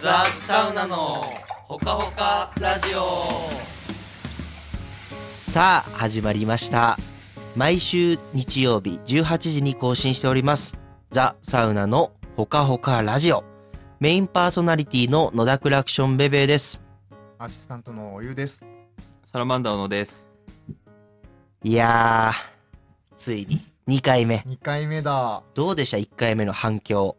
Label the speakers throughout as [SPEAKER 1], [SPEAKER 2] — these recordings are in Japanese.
[SPEAKER 1] ザ・サウナのほかほかラジオ。
[SPEAKER 2] さあ始まりました。毎週日曜日18時に更新しておりますザ・サウナのほかほかラジオ。メインパーソナリティの野田クラクションベベです。
[SPEAKER 3] アシスタントのおゆです。
[SPEAKER 1] サラマンダーのです。
[SPEAKER 2] いやーついに2回目。
[SPEAKER 3] 2回目だ。
[SPEAKER 2] どうでした1回目の反響。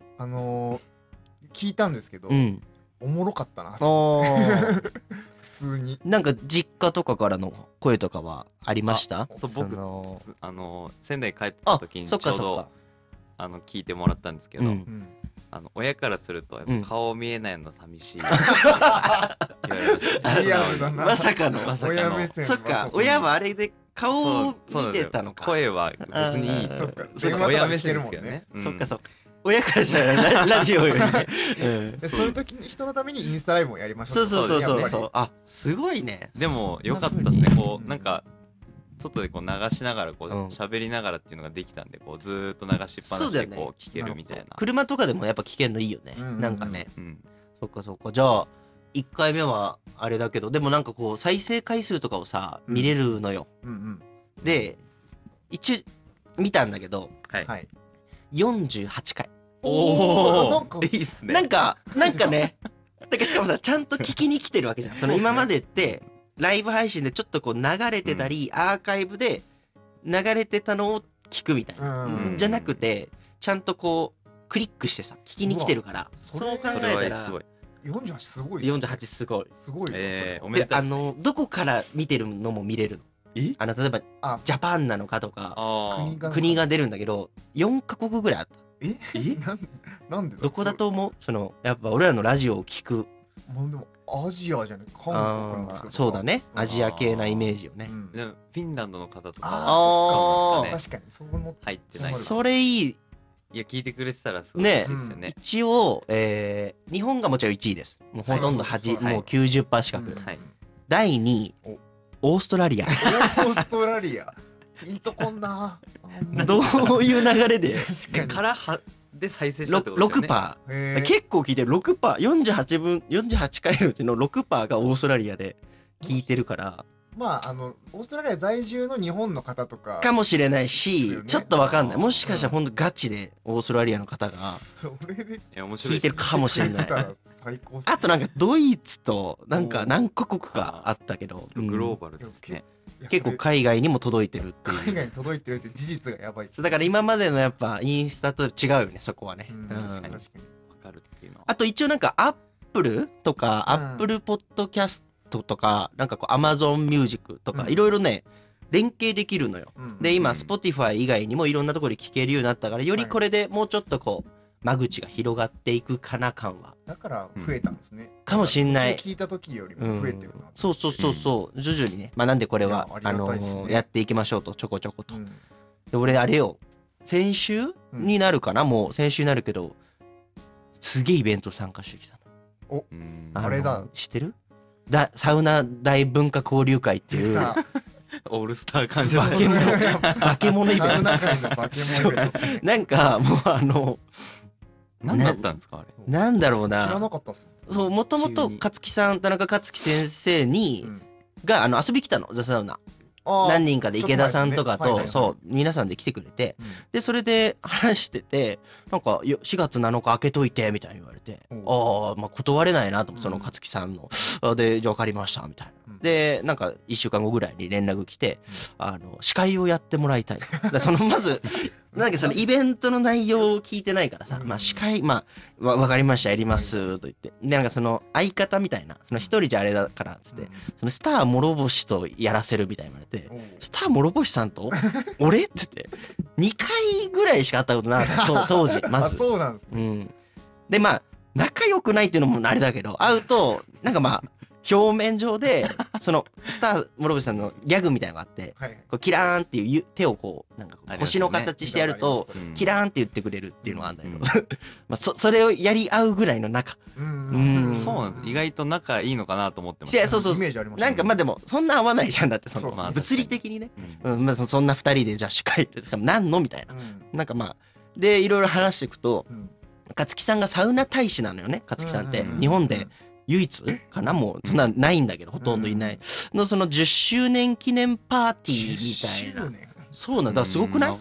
[SPEAKER 3] 聞いたんですけど、おもろかったな
[SPEAKER 2] 普
[SPEAKER 3] 通に。
[SPEAKER 2] なんか実家とかからの声とかはありました？
[SPEAKER 1] そう、僕仙台帰った時にちょうど聞いてもらったんですけど、親からするとやっぱ顔見えないの寂しい言われました。
[SPEAKER 2] まさかの
[SPEAKER 3] 親目線。
[SPEAKER 2] そっか、親はあれで顔を見てたのか。
[SPEAKER 1] 声は別にいい。
[SPEAKER 3] そっか、
[SPEAKER 1] 親目線ですけどね。
[SPEAKER 2] そっかそっか。親からしたらラジオよりね。
[SPEAKER 3] その時に人のためにインスタライブをやりましょう。
[SPEAKER 2] そう。あ、すごいね。
[SPEAKER 1] でもよかったですね。こうなんか外でこう流しながらこう喋りながらっていうのができたんで、こうずーっと流しっぱなしでこう聞けるみたいな。
[SPEAKER 2] 車とかでもやっぱ聞けるのいいよね。なんかね。そっかそっか。じゃあ1回目はあれだけど、でもなんかこう再生回数とかをさ見れるのよ。で一応見たんだけど、48回。
[SPEAKER 3] なんか
[SPEAKER 1] いいっすね。
[SPEAKER 2] なんかね。だからしかもさ、ちゃんと聞きに来てるわけじゃん。その今までってライブ配信でちょっとこう流れてたり、アーカイブで流れてたのを聞くみたいな、じゃなくてちゃんとこうクリックしてさ聞きに来てるから、そう考えたら
[SPEAKER 3] 48すごい。
[SPEAKER 2] 48すごい。
[SPEAKER 3] すごい。
[SPEAKER 1] おめでたいですね。
[SPEAKER 2] どこから見てるのも見れるの。例えばジャパンなのかとか国が出るんだけど、4カ国ぐらいあった。
[SPEAKER 3] なんでだ。
[SPEAKER 2] どこだと思う？やっぱ俺らのラジオを聞く。
[SPEAKER 3] でもアジアじゃない、韓国の人とか。
[SPEAKER 2] そうだね、アジア系なイメージよね。
[SPEAKER 1] フィンランドの方とか
[SPEAKER 3] 確かにそう思って
[SPEAKER 1] 入ってない。
[SPEAKER 2] それいい。
[SPEAKER 1] いや、聞いてくれてたらすごい嬉しいですよね。
[SPEAKER 2] 一応日本がもちろん1位です。もうほとんどもう 90% 近く。第2位オーストラリア。
[SPEAKER 3] ピンとこんな。
[SPEAKER 2] どういう流れで
[SPEAKER 1] からで再生したってことですよね。
[SPEAKER 2] 6%。結構聞いてる。6%。48回のうちの 6% がオーストラリアで聞いてるから。
[SPEAKER 3] まあオーストラリア在住の日本の方とか
[SPEAKER 2] かもしれないし、ちょっとわかんない。もしかしたら本当ガチでオーストラリアの方が聞いてるかもしれない。あとなんかドイツとなんか何カ国かあったけど、
[SPEAKER 1] グローバルですね。
[SPEAKER 2] 結構海外にも届いてるっていう。
[SPEAKER 3] 海外に届いてるって事実がやばいっす。
[SPEAKER 2] だから今までのやっぱインスタと違うよね、そこはね。
[SPEAKER 1] 確かにわかるっていうのは。
[SPEAKER 2] あと一応なんかアップルとかアップルポッドキャストとかなんかこうアマゾンミュージックとかいろいろね連携できるのよ。で今 Spotify 以外にもいろんなところで聞けるようになったから、よりこれでもうちょっとこう間口が広がっていくかな感は。
[SPEAKER 3] だから増えたんですね。
[SPEAKER 2] かもしんない。
[SPEAKER 3] 聞いた時よりも増えてるな。
[SPEAKER 2] そう徐々にね。なんでこれはやっていきましょうと、ちょこちょこと。で俺あれよ、先週になるかな、もう先週になるけどすげえイベント参加してきた
[SPEAKER 3] の。あれだ。
[SPEAKER 2] 知ってる？サウナ大文化交流会っていう
[SPEAKER 1] オールスター感謝祭。
[SPEAKER 2] 化け物イベント。
[SPEAKER 3] サウナ界の化け物イベント。
[SPEAKER 2] なんかもう
[SPEAKER 1] 何だったんですかあれ。
[SPEAKER 3] なんだろ
[SPEAKER 2] うな。
[SPEAKER 3] 知らなかったっす。
[SPEAKER 2] そう、もともと勝木さん、田中克樹先生が遊び来たの、ザ・サウナ。何人かで池田さんとかとそう皆さんで来てくれて、でそれで話してて、なんか4月7日開けといてみたいに言われて、まあ断れないなと思って、その勝木さんので、じゃあ分かりましたみたいな。でなんか1週間後ぐらいに連絡来て、司会をやってもらいたい。まずなんかそのイベントの内容を聞いてないからさ、司会分かりましたやりますと言って、でなんかその相方みたいな、その一人じゃあれだからっつって、そのスター諸星とやらせるみたいに言われて、スター諸星さんと俺っつって2回ぐらいしか会ったことなかった当時まず。
[SPEAKER 3] そうなんです。
[SPEAKER 2] で仲良くないっていうのもあれだけど、会うとなんか表面上でそのスター諸星さんのギャグみたいなのがあって、こうキラーンっていう手をこうなんか星の形してやるとキラーンって言ってくれるっていうのがあるんだけど、それをやり合うぐらいの仲。
[SPEAKER 1] そうなんです。意外と仲いいのかなと思ってました。
[SPEAKER 2] そうなんかでもそんな合わないじゃん。だってその物理的にね、そんな2人でじゃあ司会ってしかも何のみたいな、なんかでいろいろ話していくと、 勝木さんがサウナ大使なのよね。勝木さんって日本で唯一かな、もうそんなないんだけどほとんどいないの、その10周年記念パーティーみたいな。そうなんだ、すごくない？もう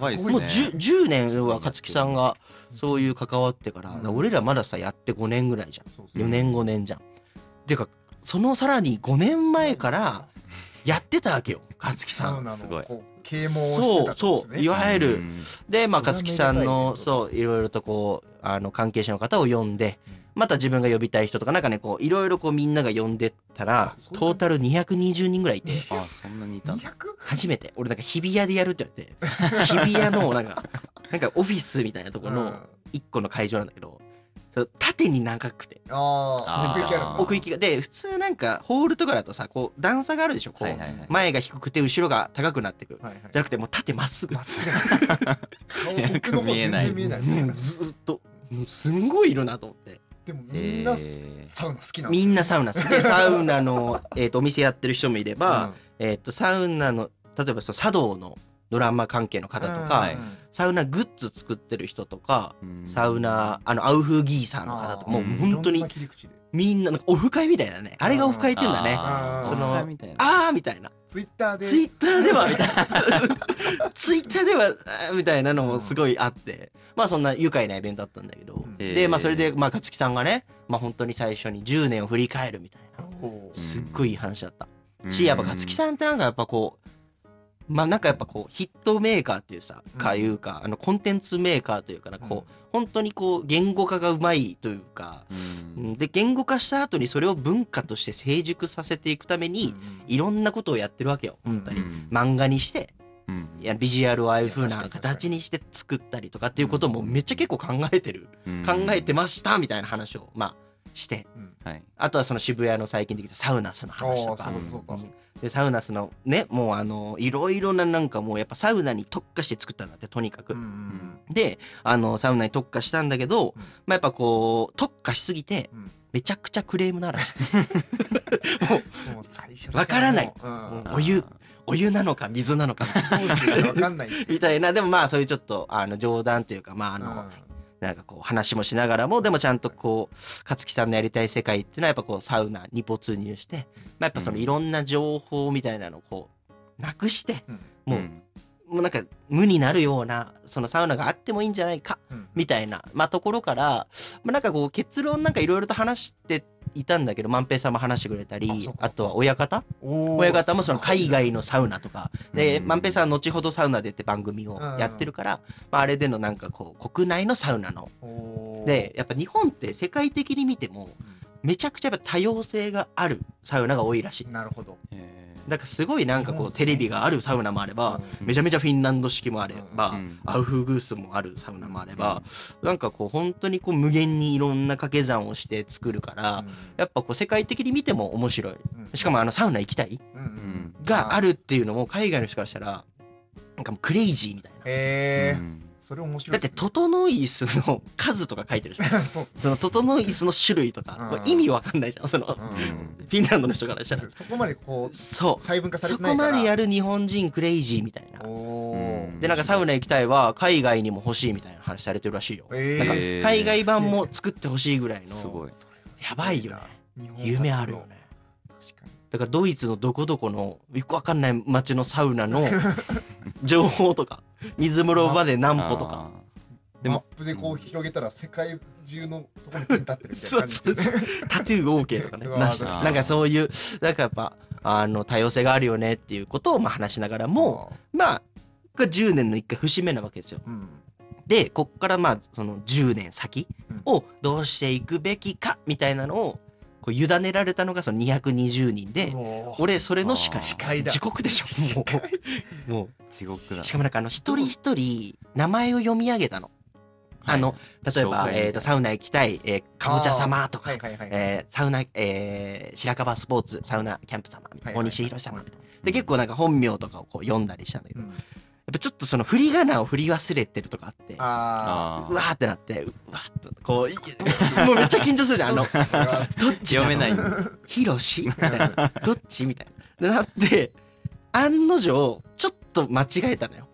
[SPEAKER 2] 10年は勝木さんがそういう関わってから、俺らまださやって5年ぐらいじゃん。4年5年じゃん。てかそのさらに5年前からやってたわけよ、勝木さん。
[SPEAKER 3] すごい。啓蒙をしてたんですね。
[SPEAKER 2] そういわゆるで、まあ勝木さんのそういろいろとこう関係者の方を呼んで、また自分が呼びたい人とかなんかね、こういろいろこうみんなが呼んでったらトータル220人ぐらいいて、
[SPEAKER 1] あ、そんなにいたんだ。
[SPEAKER 2] 初めて俺なんか日比谷でやるって言われて、日比谷のなんかオフィスみたいなところの1個の会場なんだけど、縦に長くて、
[SPEAKER 3] 奥行きある。
[SPEAKER 2] 奥行きがで、普通なんかホールとかだとさ、こう段差があるでしょ、こう、前が低くて後ろが高くなっていく、じゃなくてもう縦まっすぐ、
[SPEAKER 1] 顔見えない、
[SPEAKER 2] ずっとすんごいいるなと思って。
[SPEAKER 3] でもみんなサウナ好きなの。
[SPEAKER 2] みんなサウナ好きで、サウナのお店やってる人もいれば、サウナの例えば茶道のドラマ関係の方とか、サウナグッズ作ってる人とか、サウナアウフギーサーの方とか、もう本当にみんななんかオフ会みたいなね、あれがオフ会って言うんだね。そのみたいな
[SPEAKER 3] ツイッター
[SPEAKER 2] ではみたいなツイッターではみたいなのもすごいあって、まあそんな愉快なイベントだったんだけど、でまあそれでまあ勝木さんがね、まあ本当に最初に10年を振り返るみたいな、すっごいいい話だったし、やっぱ勝木さんってなんかやっぱこう、まあなんかやっぱこうヒットメーカーっていうさ、いうかコンテンツメーカーというかな、こう本当にこう言語化がうまいというか、で言語化した後にそれを文化として成熟させていくためにいろんなことをやってるわけよ、本当に。漫画にして、いやビジュアルをああいう風な形にして作ったりとかっていうこともめっちゃ結構考えてましたみたいな話をまあして、あとはその渋谷の最近できたサウナスの話とか。でサウナスのね、もういろいろななんかもうやっぱサウナに特化して作ったんだって、とにかく。でサウナに特化したんだけど、まあやっぱこう特化しすぎてめちゃくちゃクレームの嵐です。もうわからない。お湯なのか水なのかどうしようわかんないみたいな。でもまあそういうちょっと冗談というか、まあなんかこう話もしながらも、でもちゃんとこう勝木さんのやりたい世界っていうのはやっぱこうサウナに没入して、まあ、やっぱそのいろんな情報みたいなのをこうなくして、もうなんか無になるようなそのサウナがあってもいいんじゃないかみたいな、まあ、ところから、まあ、なんかこう結論なんかいろいろと話していたんだけど、万平さんも話してくれたり、あとは親方もその海外のサウナとかで、万平さんは後ほどサウナでって番組をやってるから、まあ、あれでのなんかこう国内のサウナので、やっぱ日本って世界的に見てもめちゃくちゃやっぱ多様性があるサウナが多いらしい。
[SPEAKER 3] なるほど。
[SPEAKER 2] だからすごいなんかこうテレビがあるサウナもあれば、めちゃめちゃフィンランド式もあれば、アウフグースもあるサウナもあれば、なんかこう本当にこう無限にいろんな掛け算をして作るから、やっぱこう世界的に見ても面白い。しかもサウナ行きたいがあるっていうのも海外の人からしたらなんかもうクレイジーみたいな。
[SPEAKER 3] それ面白い、ね、
[SPEAKER 2] だって整い椅子の数とか書いてるじゃん。その整い椅子の種類とか、意味わかんないじゃん、その、フィンランドの人からしたら。
[SPEAKER 3] そこまでこう
[SPEAKER 2] 細
[SPEAKER 3] 分化されてないから、
[SPEAKER 2] そこまでやる日本人クレイジーみたいな。でなんかサウナ行きたいは海外にも欲しいみたいな話されてるらしいよ。なんか海外版も作ってほしいぐらいの。すごいやばいよね。夢あるよね。確かに。だからドイツのどこどこのよくわかんない街のサウナの情報とか水風呂場で何歩とか
[SPEAKER 3] マップでこう広げたら世界中のところにペン立ってるみたいな感じですね。
[SPEAKER 2] タトゥー OK とかねなし、なんかそういうなんかやっぱ多様性があるよねっていうことをまあ話しながらも、まあこれ10年の一回節目なわけですよ。でこっからまあその10年先をどうしていくべきかみたいなのをこう委ねられたのがその220人で、俺それの司会地獄でしょ。もう地獄だ。しかもなんか一人一人名前を読み上げたの。例えばサウナ行きたいかぼちゃ様とか、サウナ白樺スポーツサウナキャンプ様みたいな、大西宏様みたいな。で結構なんか本名とかをこう読んだりしたんだけど。やっぱちょっとその振り仮名を振り忘れてるとかあって、うわーってなって、うわーっとこうもうめっちゃ緊張するじゃん。どっち
[SPEAKER 1] 読めない。
[SPEAKER 2] ヒロシみたいな、どっちみたいな。なって案の定ちょっと間違えたのよ。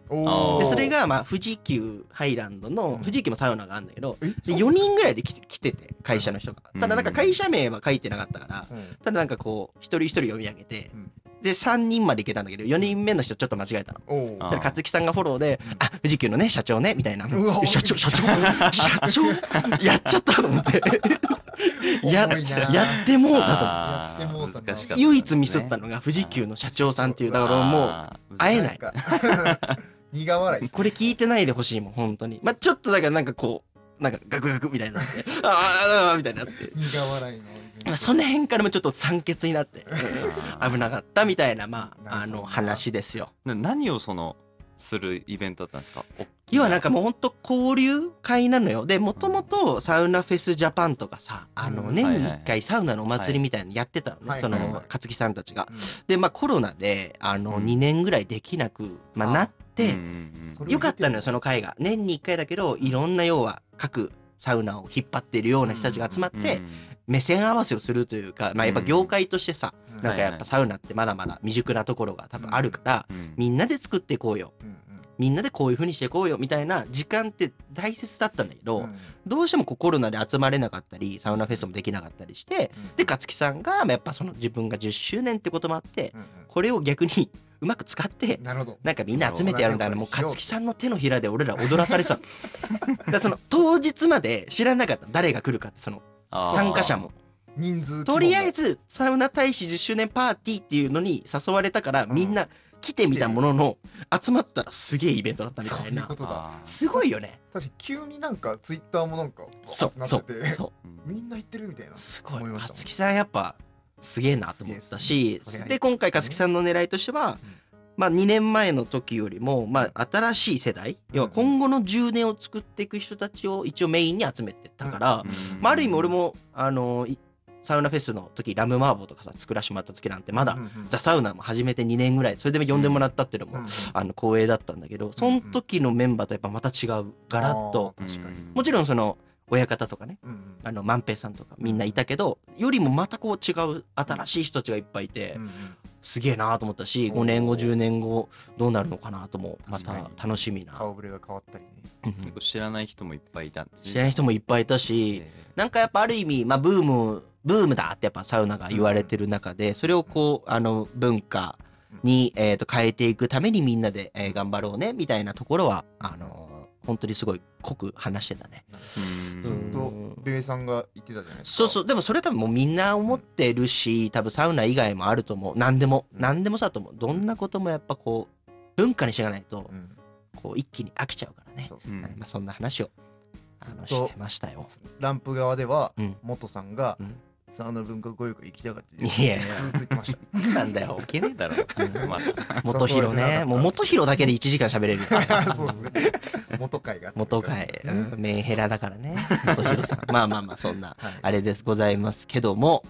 [SPEAKER 2] でそれがまあ富士急ハイランドの、富士急もサウナがあるんだけど、で4人ぐらいで来てて、会社の人が。ただなんか会社名は書いてなかったから、ただなんかこう一人一人読み上げて、で3人まで行けたんだけど、4人目の人ちょっと間違えたの。それ勝木さんがフォローで、富士急のね社長ねみたいな、社長やっちゃったと思って。やってもうたと思って。唯一ミスったのが富士急の社長さんっていう、だからもう会えない。
[SPEAKER 3] 苦笑い。
[SPEAKER 2] これ聞いてないでほしいもん、本当に。まあちょっとだからなんかこう、なんかガクガクみたいになって、みたいになって。
[SPEAKER 3] 苦笑いの。
[SPEAKER 2] その辺からもちょっと酸欠になって、危なかったみたいな、まあ、話ですよ。
[SPEAKER 1] 何をするイベントだったんですか？
[SPEAKER 2] 要はなんかもうほんと交流会なのよ。で、もともとサウナフェスジャパンとかさ、年に1回サウナのお祭りみたいなのやってたのね、その勝木さんたちが。で、まあコロナで2年ぐらいできなくなって、よかったのよ、その会が。年に1回だけど、いろんな要は各サウナを引っ張ってるような人たちが集まって、目線合わせをするというか、まあやっぱ業界としてさ、なんかやっぱサウナってまだまだ未熟なところが多分あるから、みんなで作っていこうよ。みんなでこういう風にしていこうよみたいな時間って大切だったんだけど、どうしてもコロナで集まれなかったり、サウナフェスもできなかったりして、で勝木さんがやっぱその自分が10周年ってこともあって、これを逆にうまく使ってなんかみんな集めてやるんだから、もう勝木さんの手のひらで俺ら踊らされてたの。だからその当日まで知らなかった、誰が来るかって、その参加者も。
[SPEAKER 3] 人数
[SPEAKER 2] とりあえずサウナ大使10周年パーティーっていうのに誘われたから、みんな来てみたものの、集まったらすげえイベントだったみたいな。すごいよね。
[SPEAKER 3] 確かに急になんかツイッターもなんかなってて、みんな行ってるみたいな。
[SPEAKER 2] すごい。勝木さんやっぱすげえなと思ったし、で今回勝木さんの狙いとしては、まあ2年前の時よりもまあ新しい世代、要は今後の10年を作っていく人たちを一応メインに集めてたから、まあある意味俺もサウナフェスの時ラムマーボーとかさ作らせてもらった時なんてまだザ・サウナも始めて2年ぐらい、それでも呼んでもらったっていうのも光栄だったんだけど、その時のメンバーとやっぱまた違う、ガラッと。もちろんその親方とかね、万平さんとかみんないたけど、よりもまたこう違う新しい人たちがいっぱいいて、すげえなと思ったし、5年後10年後どうなるのかなともまた楽しみな。
[SPEAKER 3] 顔ぶれが変わったり
[SPEAKER 1] ね。結構知らない人もいっぱいいたんですね。
[SPEAKER 2] 知らない人もいっぱいいたし、なんかやっぱある意味、まあブームだってやっぱサウナが言われてる中で、それをこう文化に変えていくためにみんなで頑張ろうねみたいなところは本当にすごい濃く話してたね。
[SPEAKER 3] ずっとベベさんが言ってたじゃないですか。
[SPEAKER 2] そうそう。でもそれ多分もうみんな思ってるし、多分サウナ以外もあると思う。何でもさと思う。どんなこともやっぱこう文化にしていかないと、こう一気に飽きちゃうからね。まあそんな話をしてましたよ。
[SPEAKER 3] ランプ側では元さんがサウナ文化教育行きたかったです。
[SPEAKER 2] いや、
[SPEAKER 3] ずっと言ってました。
[SPEAKER 1] なんだよ、行けねえだろ。
[SPEAKER 2] 元広ね。もう元広だけで1時間喋れる。
[SPEAKER 3] そうですね。元会が。
[SPEAKER 2] 元会。メンヘラだからね。元広さん。まあまあまあ、そんな、あれですございますけども。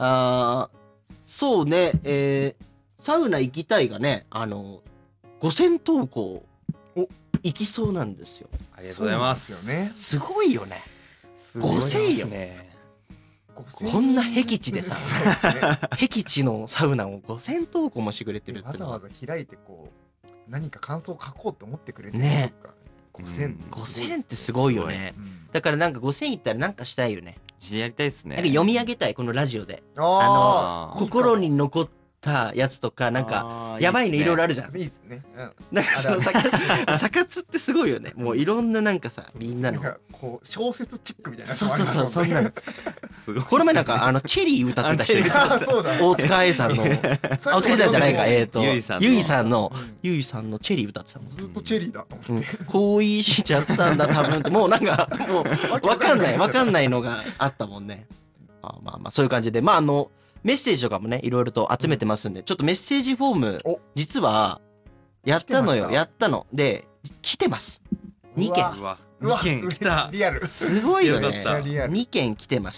[SPEAKER 2] そうね、サウナ行きたいがね、5000投稿行きそうなんですよ。
[SPEAKER 1] ありがとうございます。
[SPEAKER 2] すごいよね。5000よね。こんな僻地でさ、僻地のサウナを5000投稿もしてくれてるって。
[SPEAKER 3] わざわざ開いてこう何か感想を書こうと思ってくれてるね。
[SPEAKER 2] 5000ってすごいよね。だからなんか5000行ったらなんかしたいよね。
[SPEAKER 1] やりたいですね。
[SPEAKER 2] なんか読み上げたい、このラジオで。心に残ったやつとか、なんかやばいのいろいろあるじゃん。
[SPEAKER 3] いいですね。
[SPEAKER 2] なんかそのサカツってすごいよね。もういろんななんかさ、みんなの
[SPEAKER 3] こう小説チックみたいな。
[SPEAKER 2] そう、そんなの。この前なんかチェリー歌ってた人いる。大塚愛さんの、大塚愛さんじゃないか、ゆいさんのチェリー歌ってたの。
[SPEAKER 3] ずっとチェリーだと思って。
[SPEAKER 2] 恋しちゃったんだ多分って、もうなんかもうわかんないのがあったもんね。まあそういう感じで、まあメッセージとかもね、いろいろと集めてますんで、ちょっとメッセージフォーム、実は、やったの。で、来てます。2件。
[SPEAKER 1] 2件来た。
[SPEAKER 3] リアル。
[SPEAKER 2] すごいよね。2件来てまして、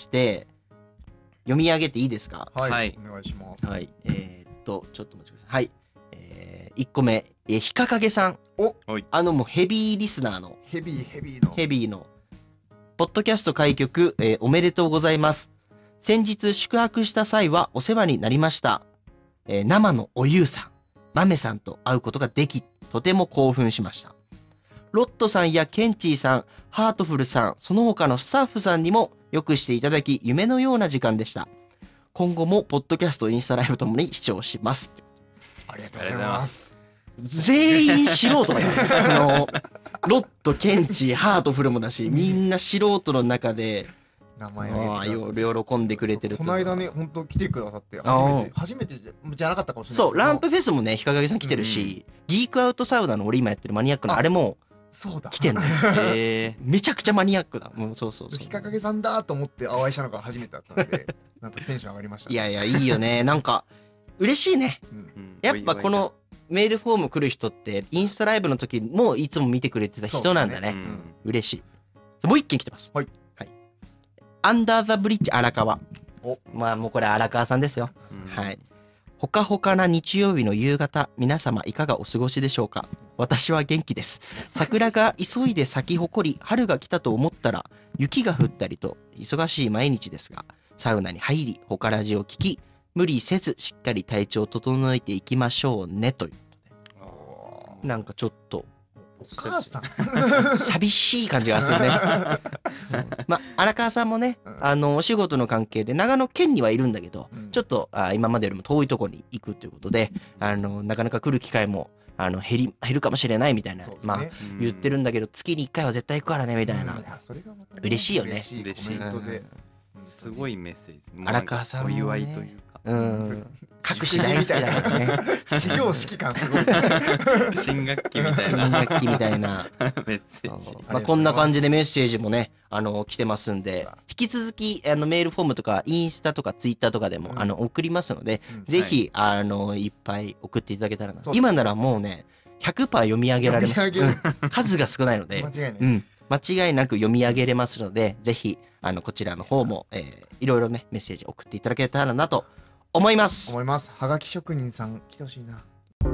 [SPEAKER 2] 読み上げていいですか？
[SPEAKER 3] はい。お願いします。
[SPEAKER 2] はい。ちょっと待ってください。はい。1個目、ひかかげさん。もうヘビーリスナーの。
[SPEAKER 3] ヘビーの。
[SPEAKER 2] ポッドキャスト開局、おめでとうございます。先日宿泊した際はお世話になりました。生のおゆうさん、まめさんと会うことができ、 とても興奮しました。ロットさんやケンチーさん、ハートフルさん、その他のスタッフさんにもよくしていただき、夢のような時間でした。今後もポッドキャスト、インスタライブともに視聴します。
[SPEAKER 3] ありがとうございます。
[SPEAKER 2] 全員素人だよ。そのロット、ケンチー、ハートフルもだし、みんな素人の中で
[SPEAKER 3] 名前を
[SPEAKER 2] 喜んでくれてる。
[SPEAKER 3] この間ね、本当来てくださって、初めてじゃなかったかもしれない。
[SPEAKER 2] そう、ランプフェスもね、日陰さん来てるし、ギークアウトサウナの俺今やってるマニアックなあれも来てんの。めちゃくちゃマニアックだ。もうそう。
[SPEAKER 3] 日陰さんだと思ってお会いしたのが初めてだったので、なんかテンション上がりました。
[SPEAKER 2] いや、いいよね。なんか、嬉しいね。やっぱこのメールフォーム来る人って、インスタライブの時もいつも見てくれてた人なんだね。嬉しい。もう一件来てます。はい。アンダーザブリッジ荒川。まあもうこれ荒川さんですよ。はい。ほかほかな日曜日の夕方、皆様いかがお過ごしでしょうか。私は元気です。桜が急いで咲き誇り、春が来たと思ったら雪が降ったりと忙しい毎日ですが、サウナに入り、ほかラジを聞き、無理せずしっかり体調を整えていきましょうねということで。なんかちょっと
[SPEAKER 3] お母さ
[SPEAKER 2] ん寂しい感じがするね。まあ荒川さんもね、お仕事の関係で長野県にはいるんだけど、ちょっと今までよりも遠いところに行くということで、なかなか来る機会も減るかもしれないみたいな、まあ言ってるんだけど、月に1回は絶対行くからねみたいな。嬉しいよね。
[SPEAKER 3] 嬉しいことで。
[SPEAKER 1] すごいメッセージ。
[SPEAKER 2] 荒川さんも、ね、
[SPEAKER 1] お祝いというか。
[SPEAKER 2] 各種大好きだからね。
[SPEAKER 3] 始業式感すごい。
[SPEAKER 1] 新学期みたいな。
[SPEAKER 2] 新学期みたいな
[SPEAKER 1] メッセージ。
[SPEAKER 2] まあこんな感じでメッセージもね、来てますんで、引き続きメールフォームとかインスタとかツイッターとかでも送りますので、ぜひいっぱい送っていただけたらな。今ならもうね、100% 読み上げられます。数が少ないので、間違いなく読み上げれますので、ぜひこちらの方もいろいろねメッセージ送っていただけたらなと思います。
[SPEAKER 3] はがき職人さん来てほしいな。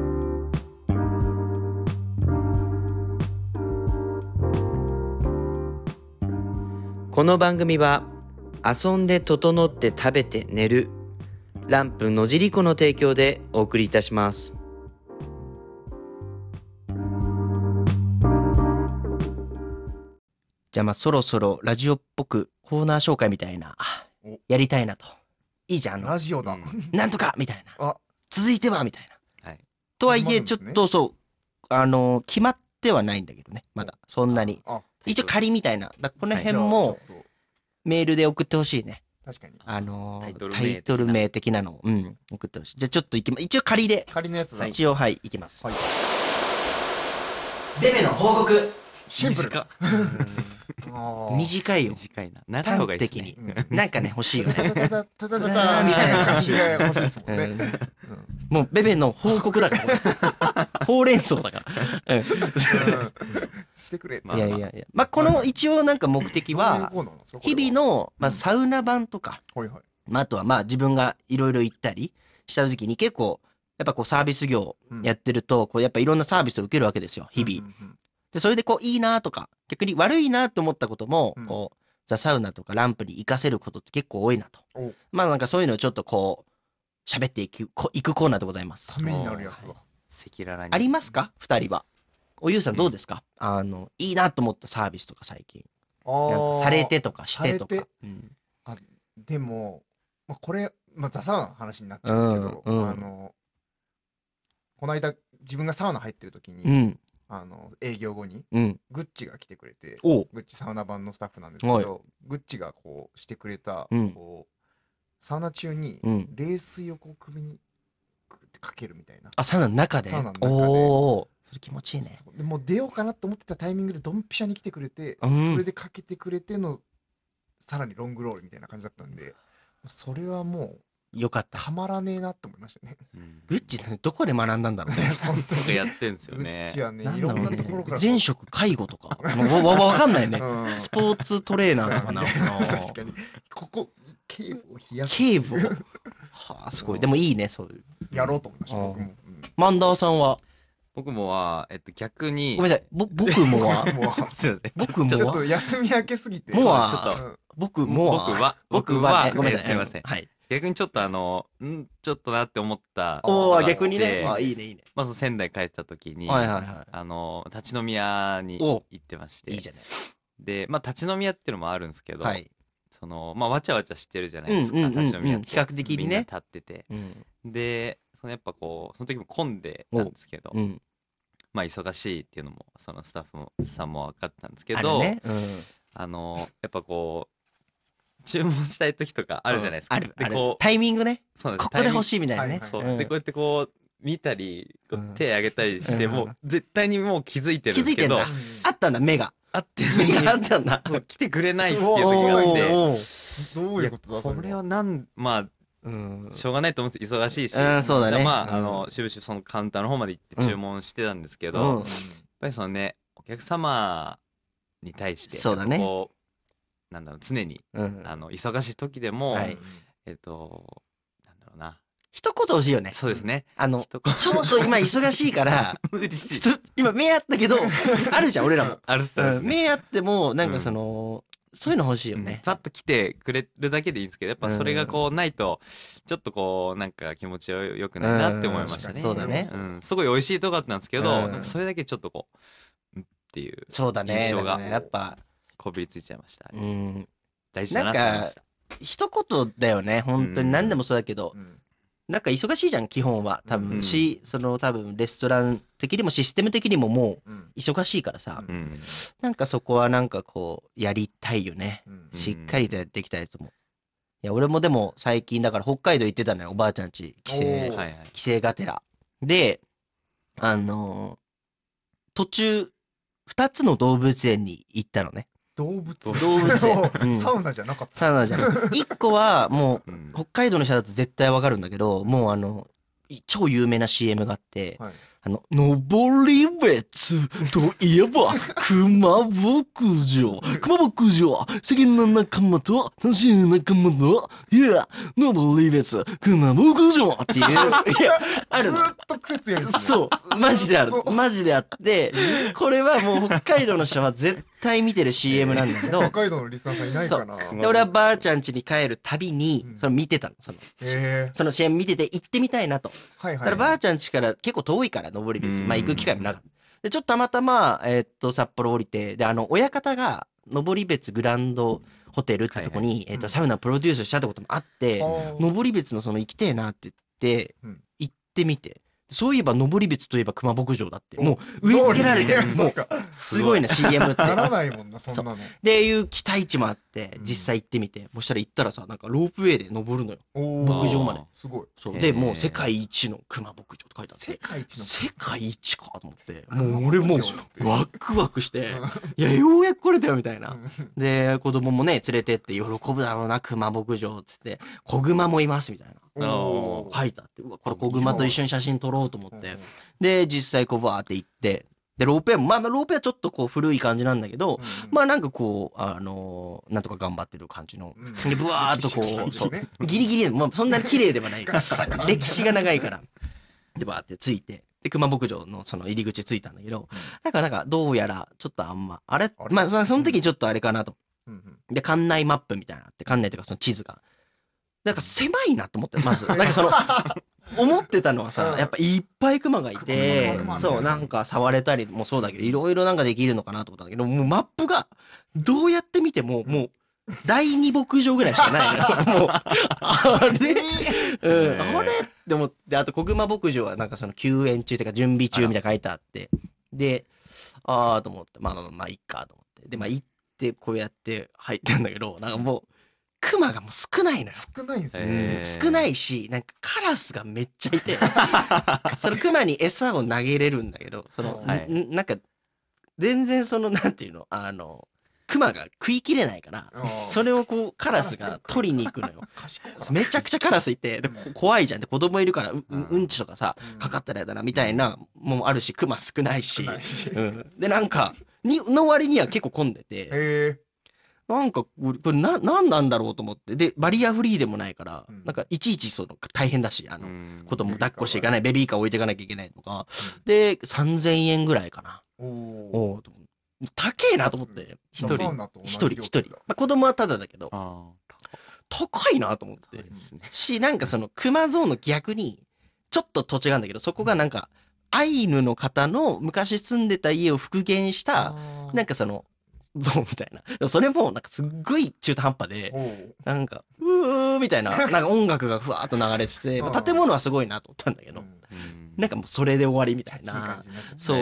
[SPEAKER 4] この番組は遊んで整って食べて寝るランプのじりこの提供でお送りいたします。
[SPEAKER 2] じゃあまあそろそろラジオっぽくコーナー紹介みたいなやりたいなと。いいじゃん
[SPEAKER 3] ラジオだ。
[SPEAKER 2] なんとかみたいな。続いてはみたいな。
[SPEAKER 1] はい。
[SPEAKER 2] とはいえちょっとそう決まってはないんだけどね、まだそんなに。一応仮みたいな。この辺もメールで送ってほしいね。
[SPEAKER 3] 確かに。
[SPEAKER 2] タイトル名的なのを送ってほしい。じゃあちょっと一応仮で。
[SPEAKER 3] 仮のやつだ。
[SPEAKER 2] 一応いきます。ベベの報告。
[SPEAKER 3] シンプルか。
[SPEAKER 2] 短いよ。
[SPEAKER 1] 短いな。長い方がいいですね。
[SPEAKER 2] なんかね、欲しいよね。
[SPEAKER 3] ただみたいな感じが欲しいですもんね。
[SPEAKER 2] もう、ベベの報告だから。ほうれん草だから。
[SPEAKER 3] してくれ。
[SPEAKER 2] いや。まあ、この一応なんか目的は、日々のサウナ版とか、あとはまあ自分がいろいろ行ったりした時に結構、やっぱこうサービス業やってると、やっぱいろんなサービスを受けるわけですよ、日々。で、それでいいなとか、逆に悪いなと思ったことも、ザ・サウナとかランプに活かせることって結構多いなと。まあなんかそういうのをちょっと喋っていくコーナーでございます。
[SPEAKER 3] ためになるやつだ。
[SPEAKER 1] 赤裸々に。
[SPEAKER 2] ありますか2人は。おゆうさんどうですか、いいなと思ったサービスとか最近。なんかされてとかしてとか。
[SPEAKER 3] でも、これ、ザ・サウナの話になっちゃうんですけど、この間自分がサウナ入ってる時に、営業後にグッチが来てくれて、グッチサウナ版のスタッフなんですけど、グッチがしてくれたサウナ中に冷水を首にかけるみたいな。
[SPEAKER 2] サウナの中で。それ気持ちいいね。
[SPEAKER 3] でもう出ようかなと思ってたタイミングでドンピシャに来てくれて、それでかけてくれてのさらにロングロールみたいな感じだったんで、それはもう
[SPEAKER 2] よかった。
[SPEAKER 3] たまらねえなって思いましたね。
[SPEAKER 2] グッチどこで学んだんだろうね。
[SPEAKER 1] 本当にやってんすよね。
[SPEAKER 3] グッチはね、いろんなところから。
[SPEAKER 2] 前職介護とか。わかんないね。スポーツトレーナーとかな。
[SPEAKER 3] 確かに。頸部を冷やす。
[SPEAKER 2] 頸部を。はあ、すごい。でもいいね、そういう。
[SPEAKER 3] やろうと思いました、僕も。
[SPEAKER 2] マンダーさんは
[SPEAKER 1] 僕もは、逆に。
[SPEAKER 2] ごめんなさい、僕もは
[SPEAKER 1] すいません。
[SPEAKER 2] 僕もは
[SPEAKER 3] ちょっと休み明けすぎて。
[SPEAKER 2] もは、
[SPEAKER 1] ちょっと、
[SPEAKER 2] 僕は、
[SPEAKER 1] ごめんなさい、すいません。
[SPEAKER 2] はい。
[SPEAKER 1] 逆にちょっとちょっとなって思った。
[SPEAKER 2] 逆にね。いいね、いいね。
[SPEAKER 1] まず仙台帰った時に、立ち飲み屋に行ってまして。
[SPEAKER 2] いいじゃない。
[SPEAKER 1] で、立ち飲み屋っていうのもあるんですけど、わちゃわちゃしてるじゃないですか、立ち飲み屋って。
[SPEAKER 2] 比較的にね。
[SPEAKER 1] みんな立ってて。で、やっぱその時も混んでたんですけど、忙しいっていうのも、そのスタッフさんも分かったんですけど、やっぱ注文したい時とかあるじゃないですか。
[SPEAKER 2] で、タイミングね。ここで欲しいみたいなね。
[SPEAKER 1] で、こうやって見たり、手挙げたりして、もう絶対にもう気づいてるんですけど。
[SPEAKER 2] あったんだ、目が。
[SPEAKER 1] あって目
[SPEAKER 2] があったんだ。
[SPEAKER 1] 来てくれないっていう時があって。
[SPEAKER 3] どういうことだそれは。
[SPEAKER 1] これはしょうがないと思うんです忙しいし。
[SPEAKER 2] そうだね。
[SPEAKER 1] しぶしぶそのカウンターの方まで行って注文してたんですけど、やっぱりお客様に対して、
[SPEAKER 2] そうだね。
[SPEAKER 1] 常に、忙しい時でも、なんだろうな。
[SPEAKER 2] 一言欲しいよね。
[SPEAKER 1] そうですね。
[SPEAKER 2] ちょっと今忙しいから、今目あったけど、あるじゃん、俺らも。
[SPEAKER 1] あるっすね。
[SPEAKER 2] 目あっても、そういうの欲しいよね。
[SPEAKER 1] パッと来てくれるだけでいいんですけど、やっぱそれがないと、ちょっと気持ちよくないなって思いましたね。
[SPEAKER 2] そうだね。
[SPEAKER 1] すごい美味しいとこだったんですけど、それだけちょっとっていう印象が、
[SPEAKER 2] やっぱ、
[SPEAKER 1] こびりついちゃいました。大事だなって思いました。
[SPEAKER 2] 一言だよね、本当に何でもそうだけど、忙しいじゃん、基本は。多分レストラン的にもシステム的にももう忙しいからさ、そこはやりたいよね。しっかりとやっていきたいと思う。いや、俺もでも最近だから北海道行ってたのよ、おばあちゃん家、帰省がてら。で、途中、2つの動物園に行ったのね。
[SPEAKER 3] 動物
[SPEAKER 2] 園。
[SPEAKER 3] サウナじゃなかった。
[SPEAKER 2] サウナじゃない。1個はもう、北海道の人だと絶対わかるんだけど、もう超有名な CM があって、登別といえば、熊牧場。熊牧場、世間の仲間と楽しい仲間と、いや、登別、熊牧場っていう、いや、あるの。
[SPEAKER 3] ずっと癖強いんですね。
[SPEAKER 2] そう、マジである。マジであって、これはもう北海道の人は絶対見てる CM なんだけど、
[SPEAKER 3] 北海道のリスナーさんいないかな。
[SPEAKER 2] で、俺はばあちゃん家に帰るたびに、それ見てたの。その CM 見てて行ってみたいなと。だからばあちゃん家から結構遠いから、登別。行く機会もなかった。で、ちょっとたまたま、札幌降りて、で、親方が、登別グランドホテルってとこに、サウナプロデュースしたってこともあって、登別の行きてえなって言って、行ってみて。そういえば、登別といえば熊牧場だって。もう、植え付けられてる。もう、すごいな、CM って。
[SPEAKER 3] ならないもんな、そんなの。
[SPEAKER 2] で、いう期待値もあって、実際行ってみて。そしたら行ったらさ、ロープウェイで登るのよ。牧場まで。
[SPEAKER 3] すごい。
[SPEAKER 2] そう。で、もう、世界一の熊牧場って書いてあって。世界一かと思って。もう、俺もう、ワクワクして、いや、ようやく来れたよ、みたいな。で、子供もね、連れてって喜ぶだろうな、熊牧場、つって。子熊もいます、みたいな。書いてあって、うわ、これ子熊と一緒に写真撮ろうと思って。で、実際バーって行って、で、ロープウェイも、ロープウェイはちょっと古い感じなんだけど、なんとか頑張ってる感じの。で、ブワーっとギリギリで、そんなに綺麗ではないから、歴史が長いから。で、バーって着いて、で、熊牧場の入り口着いたんだけど、どうやら、ちょっとあれその時ちょっとあれかなと。で、館内マップみたいなのあって、館内というかその地図が。狭いなと思って、まず。思ってたのはさ、やっぱいっぱいクマがいて、そう、触れたりもそうだけど、いろいろできるのかなと思ったんだけど、もうマップが、どうやって見ても、もう、第二牧場ぐらいしかないの。もう、あれって思って、あと、小熊牧場は休園中というか準備中みたいな書いてあって、で、と思って、いっかと思って。で、行って、こうやって入ってんだけど、もう、クマがもう少ないのよ。
[SPEAKER 3] 少ないんですね。
[SPEAKER 2] 少ないし、カラスがめっちゃいて、そのクマに餌を投げれるんだけど、全然なんていうの、クマが食いきれないから、それをカラスが取りに行くのよ。めちゃくちゃカラスいて、で怖いじゃん。で、子供いるから、うんちとかさ、かかったらやだな、みたいな、もあるし、クマ少ないし、で、の割には結構混んでて、 なんか、これなんなんだろうと思って。で、バリアフリーでもないから、なんか、いちいち大変だし、子供抱っこしていかない、ベビーカー置いていかなきゃいけないとか。で、3000円ぐらいかな。おー。高えなと思って。一人。子供はタダだけど。高いなと思って。なんか熊ゾーンの逆に、ちょっと土地があるんだけど、そこがなんか、アイヌの方の昔住んでた家を復元した、なんかゾーンみたいな。それもなんかすっごい中途半端で、なんか、みたいな、なんか音楽がふわーっと流れてて、建物はすごいなと思ったんだけど、なんかもうそれで終わりみたいな。そう、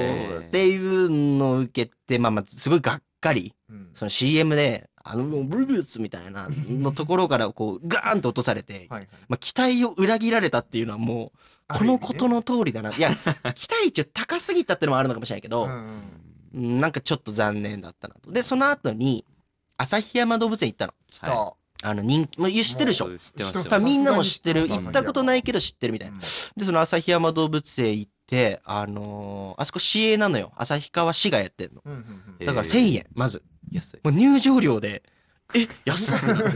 [SPEAKER 2] っていうのを受けて、すごいがっかり。その CM で、ブルースみたいなのところからこう、ガーンと落とされて、期待を裏切られたっていうのはもう、このことの通りだな。いや、期待値高すぎたってのもあるのかもしれないけど、なんかちょっと残念だったなと。で、その後に、旭山動物園行ったの。人気、知ってるでしょ？知ってます。みんなも知ってる。行ったことないけど知ってるみたいな。で、その旭山動物園行って、あそこ市営なのよ。旭川市がやってんの。だから1000円、まず。安い。入場料で、安っってなって。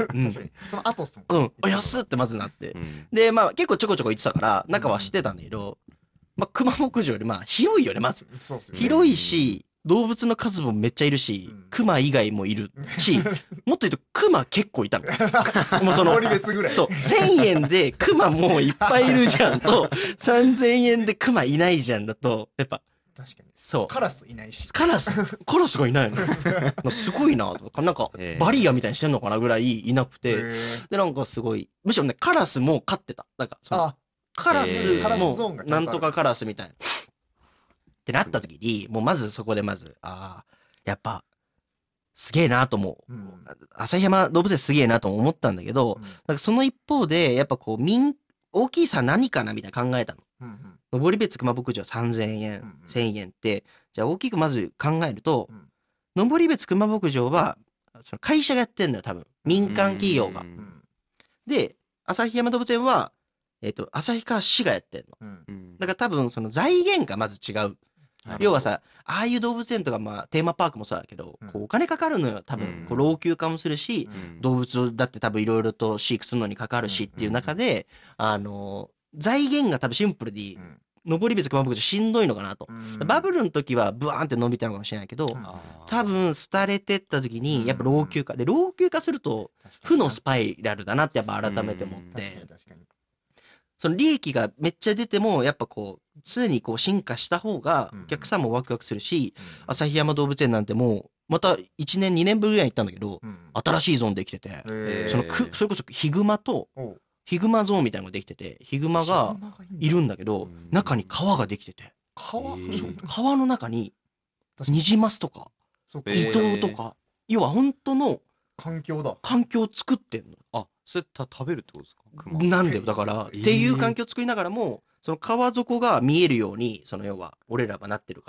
[SPEAKER 3] その後っすも
[SPEAKER 2] ん。安っってまずなって。で、結構ちょこちょこ行ってたから、中は知ってたんだけど、熊牧場より広いよね、まず。広いし、動物の数もめっちゃいるし、熊以外もいるし、もっと言うと熊結構いたの。
[SPEAKER 3] もう森別ぐらい。
[SPEAKER 2] そう、1000円で熊もういっぱいいるじゃんと、3000円で熊いないじゃんだと、やっぱ、
[SPEAKER 3] 確かに。
[SPEAKER 2] そう。
[SPEAKER 3] カラスいないし。
[SPEAKER 2] カラスがいないの。すごいなとか、なんか、バリアみたいにしてんのかなぐらいいなくて、で、なんかすごい、むしろね、カラスも飼ってた。なんか、カラスも、なんとかカラスみたいな。ってなった時に、もうまずそこでやっぱ、すげえなと思う。旭山動物園すげえなと思ったんだけど、なんかその一方で、やっぱこう、大きい差何かなみたいな考えたの。登別熊牧場3000円、1000円って、じゃあ大きくまず考えると、登別熊牧場は、その会社がやってんのよ、多分。民間企業が。で、旭山動物園は、旭川市がやってんの。だから多分、その財源がまず違う。要はさ、ああいう動物園とか、テーマパークもそうだけど、こうお金かかるのよ、多分。こう老朽化もするし、動物だって多分いろいろと飼育するのにかかるしっていう中で、財源が多分シンプルで、登別熊牧場しんどいのかなと。バブルの時はブワーンって伸びたのかもしれないけど、多分廃れてった時に、やっぱ老朽化。で、老朽化すると、負のスパイラルだなってやっぱ改めて思って。その利益がめっちゃ出ても、やっぱこう、常にこう進化した方が、お客さんもワクワクするし、旭山動物園なんてもう、また1年、2年ぶりぐらいに行ったんだけど、新しいゾーンできてて、それこそヒグマと、ヒグマゾーンみたいなのができてて、ヒグマがいるんだけど、中に川ができてて、川の中に、ニジマスとか、イトウとか、要は本当の環境を作ってんの。
[SPEAKER 1] それ食べるってことですか？
[SPEAKER 2] なんだよ、だから、っていう環境を作りながらも、その川底が見えるように、要は、俺らがなってるから。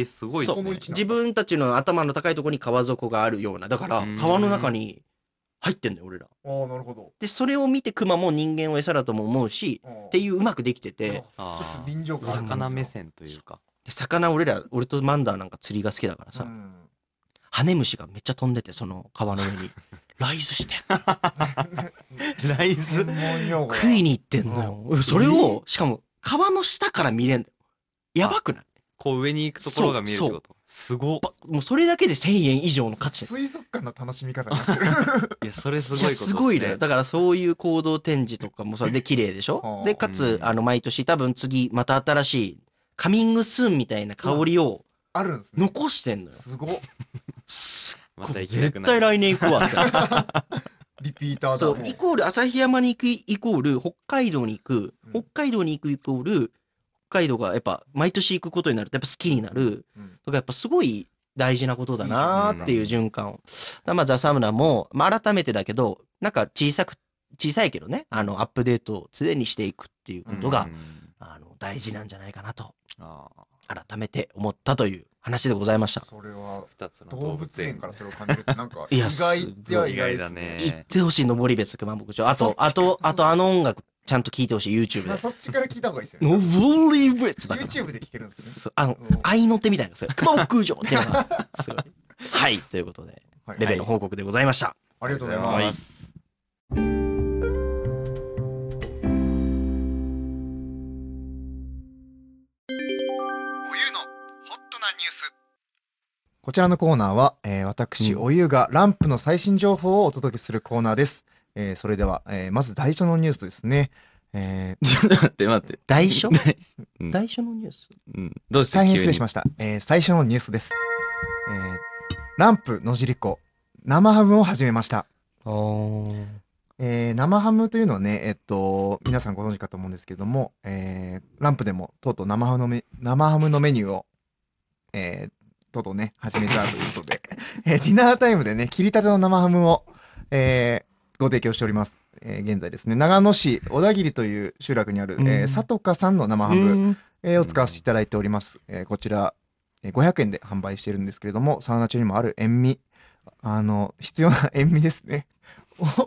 [SPEAKER 1] すごいですね。
[SPEAKER 2] 自分たちの頭の高いところに川底があるような、だから、川の中に入ってんのよ、俺ら。
[SPEAKER 3] なるほど。
[SPEAKER 2] で、それを見て、熊も人間を餌だとも思うし、っていううまくできてて、
[SPEAKER 3] ちょっと臨場感。
[SPEAKER 1] 魚目線というか。
[SPEAKER 2] で、俺とマンダーなんか釣りが好きだからさ、ハネムシがめっちゃ飛んでて、その川の上に。ライズしてんの。
[SPEAKER 1] ライズ
[SPEAKER 2] 食いに行ってんのよ。それを、しかも、川の下から見れんのよ。やばくない？
[SPEAKER 1] こう上に行くところが見えるってこと？すごっ。
[SPEAKER 2] もうそれだけで1000円以上の価値。
[SPEAKER 3] 水族館の楽しみ方になってる。
[SPEAKER 1] いや、それすごいことですね。
[SPEAKER 2] すごいね。だからそういう行動展示とかもそれで綺麗でしょ？で、かつ、毎年多分次、また新しい、カミングスーンみたいな香りを、
[SPEAKER 3] あるんですね。
[SPEAKER 2] 残してんのよ。
[SPEAKER 3] すごっ。
[SPEAKER 1] また行きたくなる。
[SPEAKER 2] 絶対来年行くわ。
[SPEAKER 3] リピーターだ。
[SPEAKER 2] そう、イコール旭山に行く、イコール北海道に行く、北海道に行くイコール、北海道がやっぱ毎年行くことになるとやっぱ好きになる。とかやっぱすごい大事なことだなーっていう循環を。ザ・サウナも、改めてだけど、なんか小さいけどね、アップデートを常にしていくっていうことが、大事なんじゃないかなと。改めて思ったという話でございました。
[SPEAKER 3] それは動物園からそれを感じるってなんか意外っては意外だね。
[SPEAKER 2] 行ってほしい、登別熊牧場。あとあの音楽ちゃんと聞いてほしい、YouTube で。
[SPEAKER 3] そっちから聞いた方がいいですよね。
[SPEAKER 2] 登別だから。
[SPEAKER 3] YouTube で聞けるんです
[SPEAKER 2] ね。合いの手みたいな、熊牧場っていうのがすごい。はい、ということで。 レベルの報告でございました。
[SPEAKER 3] ありがとうございます。お湯のホットなニュース。こちらのコーナーは、私、おゆがランプの最新情報をお届けするコーナーです。それでは、まず最初のニュースですね。
[SPEAKER 1] ちょっと待って。
[SPEAKER 2] 大書のニュース、
[SPEAKER 1] どうして
[SPEAKER 3] 大変失礼しました。最初のニュースです。ランプ野尻湖、生ハムを始めました。生ハムというのはね、皆さんご存知かと思うんですけども、ランプでもとうとう生ハムのメニューを、とうとうね、始めたということで、ディナータイムでね、切りたての生ハムを、ご提供しております。現在ですね、長野市小田切という集落にある、さとかさんの生ハム、を使わせていただいております。こちら、500円で販売しているんですけれども、サウナ中にもある塩味、必要な塩味ですね。を、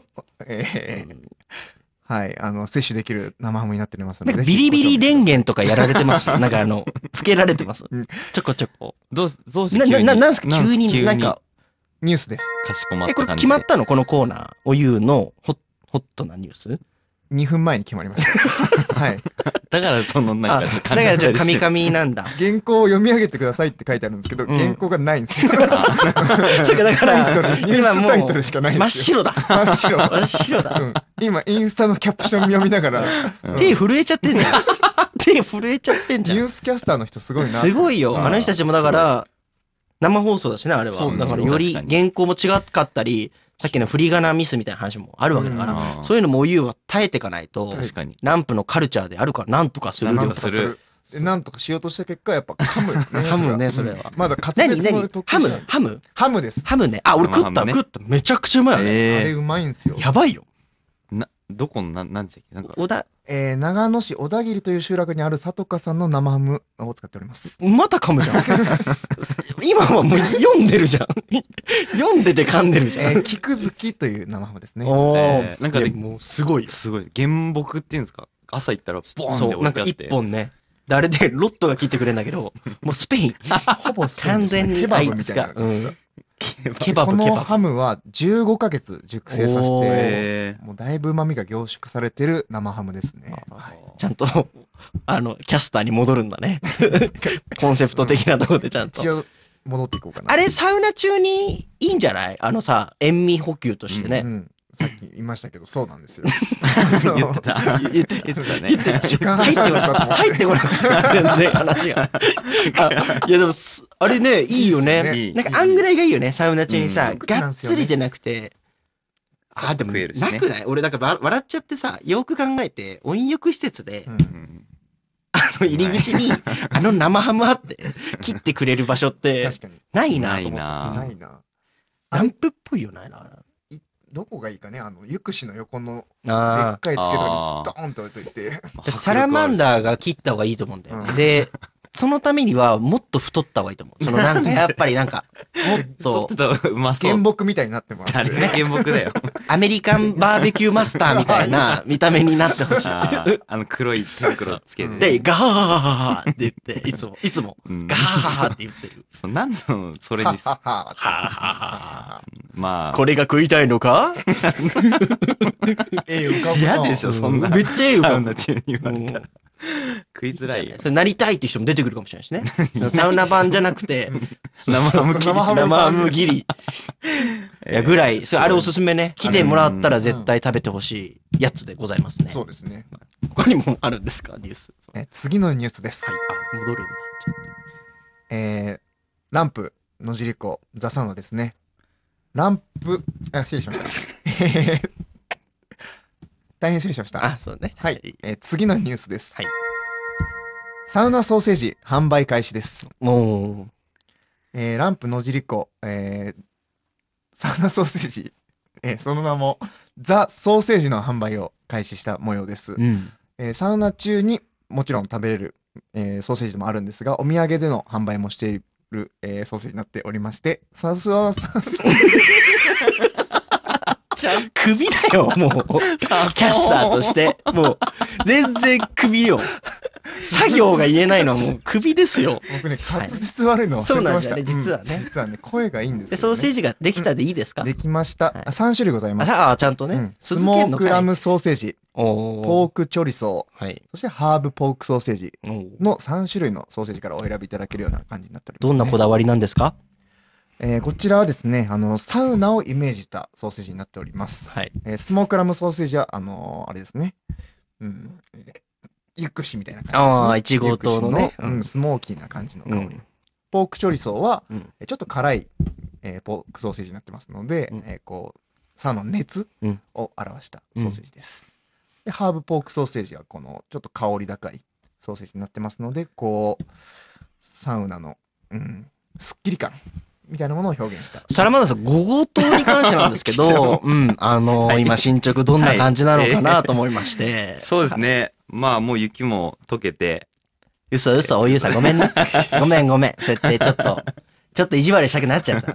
[SPEAKER 3] はい、摂取できる生ハムになっておりますので。
[SPEAKER 2] ビリビリ電源とかやられてます。なんかつけられてます。ちょこちょこ。
[SPEAKER 1] どうして急に
[SPEAKER 2] なんすか急になんか。
[SPEAKER 3] ニュースです。
[SPEAKER 1] かしこまった
[SPEAKER 2] これ決まったのこのコーナー。お湯のホットなニュース
[SPEAKER 3] ?2 分前に決まりました。はい。
[SPEAKER 1] だからそのなんか、だ
[SPEAKER 2] からちょっとカミカミなんだ。
[SPEAKER 3] 原稿を読み上げてくださいって書いてあるんですけど、原稿がないんですよ。
[SPEAKER 2] そうか、だから今もう真っ白だ。
[SPEAKER 3] 真っ白だ。今インスタのキャプション読みながら。
[SPEAKER 2] 手震えちゃってんじゃん。手震えちゃってんじゃん。
[SPEAKER 3] ニュースキャスターの人すごいな。
[SPEAKER 2] すごいよ。あの人たちもだから、生放送だしね、あれは。だからより原稿も違かったり、さっきの振り仮名ミスみたいな話もあるわけだから、そういうのもお湯は耐えていかないと、ランプのカルチャーであるから、なんとかする。
[SPEAKER 3] なんとかしようとした結果、やっぱ噛むね。
[SPEAKER 2] 噛むね、それは。
[SPEAKER 3] まだ滑舌の
[SPEAKER 2] 特徴。
[SPEAKER 3] ハムです。
[SPEAKER 2] ハムね。あ、俺食った。めちゃくちゃうまいよね。
[SPEAKER 3] あれうまいんすよ。
[SPEAKER 2] やばいよ。
[SPEAKER 1] どこの、なんていう
[SPEAKER 3] か。長野市小田切という集落にあるさとかさんの生ハムを使っております。
[SPEAKER 2] また噛むじゃん。今はもう読んでるじゃん。読んでて噛んでるじゃん。
[SPEAKER 3] 菊月という生ハムですね。
[SPEAKER 1] なんかね、
[SPEAKER 2] もうすごい。
[SPEAKER 1] 原木っていうんですか。朝行ったらボーンって置いてあって。
[SPEAKER 2] なんか一本ね。あれでロットが切ってくれるんだけど、もうスペイン。
[SPEAKER 3] ほぼ
[SPEAKER 2] 完全にあいつが。
[SPEAKER 3] このハムは15ヶ月熟成させて、もうだいぶ旨味が凝縮されてる生ハムですね。
[SPEAKER 2] ちゃんと、キャスターに戻るんだね。コンセプト的なところでちゃんと。
[SPEAKER 3] 一応戻っていこうかな。
[SPEAKER 2] あれ、サウナ中にいいんじゃない塩味補給としてね。
[SPEAKER 3] さっき言いましたけど、そうなんですよ。
[SPEAKER 1] 言ってたね。
[SPEAKER 2] 入ってこなかった。全然話が。いやでも、あれね、いいよね。なんかあんぐらいがいいよね、サウナ中にさ、がっつりじゃなくて。でも、なくない俺、だから笑っちゃってさ、よく考えて、温浴施設で、入り口に、生ハムあって、切ってくれる場所って、ないなと思って。
[SPEAKER 3] ないな。
[SPEAKER 2] ランプっぽいよな。
[SPEAKER 3] どこがいいかね、ゆくしの横のでっかいつけとかにドーンと置いといて。
[SPEAKER 2] サラマンダーが切った方がいいと思うんだよ。で、そのためにはもっと太った方がいいと思う。なんかやっぱりなんか、もっと。
[SPEAKER 1] うまそう。
[SPEAKER 3] 原木みたいになってもらって。
[SPEAKER 1] 誰が原木だよ。
[SPEAKER 2] アメリカンバーベキューマスターみたいな見た目になってほしい。
[SPEAKER 1] 黒い手袋つけて。
[SPEAKER 2] で、ガーって言って、いつも、ガーって言ってる。
[SPEAKER 1] なんの、それに。まあ。
[SPEAKER 2] これが食いたいのか
[SPEAKER 1] 嫌でしょ、そんな。
[SPEAKER 2] めっちゃええよ。
[SPEAKER 1] サウナ中に言われたら。食いづらいよ。
[SPEAKER 2] それなりたいって人も出てくるかもしれないしね。サウナ版じゃなくて、
[SPEAKER 1] 生
[SPEAKER 2] ハムギリ。いや、ぐらい、あれおすすめね。来てもらったら絶対食べてほしいやつでございますね。
[SPEAKER 3] そうですね。
[SPEAKER 2] 他にもあるんですか、ニュース。
[SPEAKER 3] 次のニュースです。
[SPEAKER 2] 戻るんだ。
[SPEAKER 3] ランプ、野尻湖、ザサウナですね。失礼しました。大変失礼しました。
[SPEAKER 2] そうね。
[SPEAKER 3] はい。次のニュースです。はい。サウナソーセージ販売開始です。ランプ野尻湖、サウナソーセージ、その名もザ・ソーセージの販売を開始した模様です。サウナ中にもちろん食べれる、ソーセージもあるんですが、お土産での販売もしている、ソーセージになっておりまして、
[SPEAKER 2] 首だよ、もう。キャスターとして。もう、全然首よ。 作業が言えないのはもう首ですよ。
[SPEAKER 3] 僕ね、滑舌悪いの
[SPEAKER 2] そうなんだよね、実はね。
[SPEAKER 3] 実はね、声がいいんですよ。
[SPEAKER 2] ソーセージができたでいいですか？
[SPEAKER 3] できました。3種類ございます。
[SPEAKER 2] あ、ちゃんとね。
[SPEAKER 3] スモークラムソーセージ、ポークチョリソー、そしてハーブポークソーセージの3種類のソーセージからお選びいただけるような感じになっております。
[SPEAKER 2] どんなこだわりなんですか？
[SPEAKER 3] こちらはですね、サウナをイメージしたソーセージになっております。スモークラムソーセージは、あれですね、ユックシみたいな感じですね。
[SPEAKER 2] ああ、1号棟のね、
[SPEAKER 3] スモーキーな感じの香り。ポークチョリソーは、ちょっと辛い、ポークソーセージになってますので、サウナの熱を表したソーセージです。で、ハーブポークソーセージは、このちょっと香り高いソーセージになってますので、こう、サウナの、すっきり感みたいなものを表現した。
[SPEAKER 2] サラマンダさん、5号棟に関してなんですけど、今進捗どんな感じなのかなと思いまして。
[SPEAKER 1] そうですね。まあもう雪も溶けて。
[SPEAKER 2] 嘘、おゆうさんごめんね。ごめん。設定ちょっと意地悪したくなっちゃった。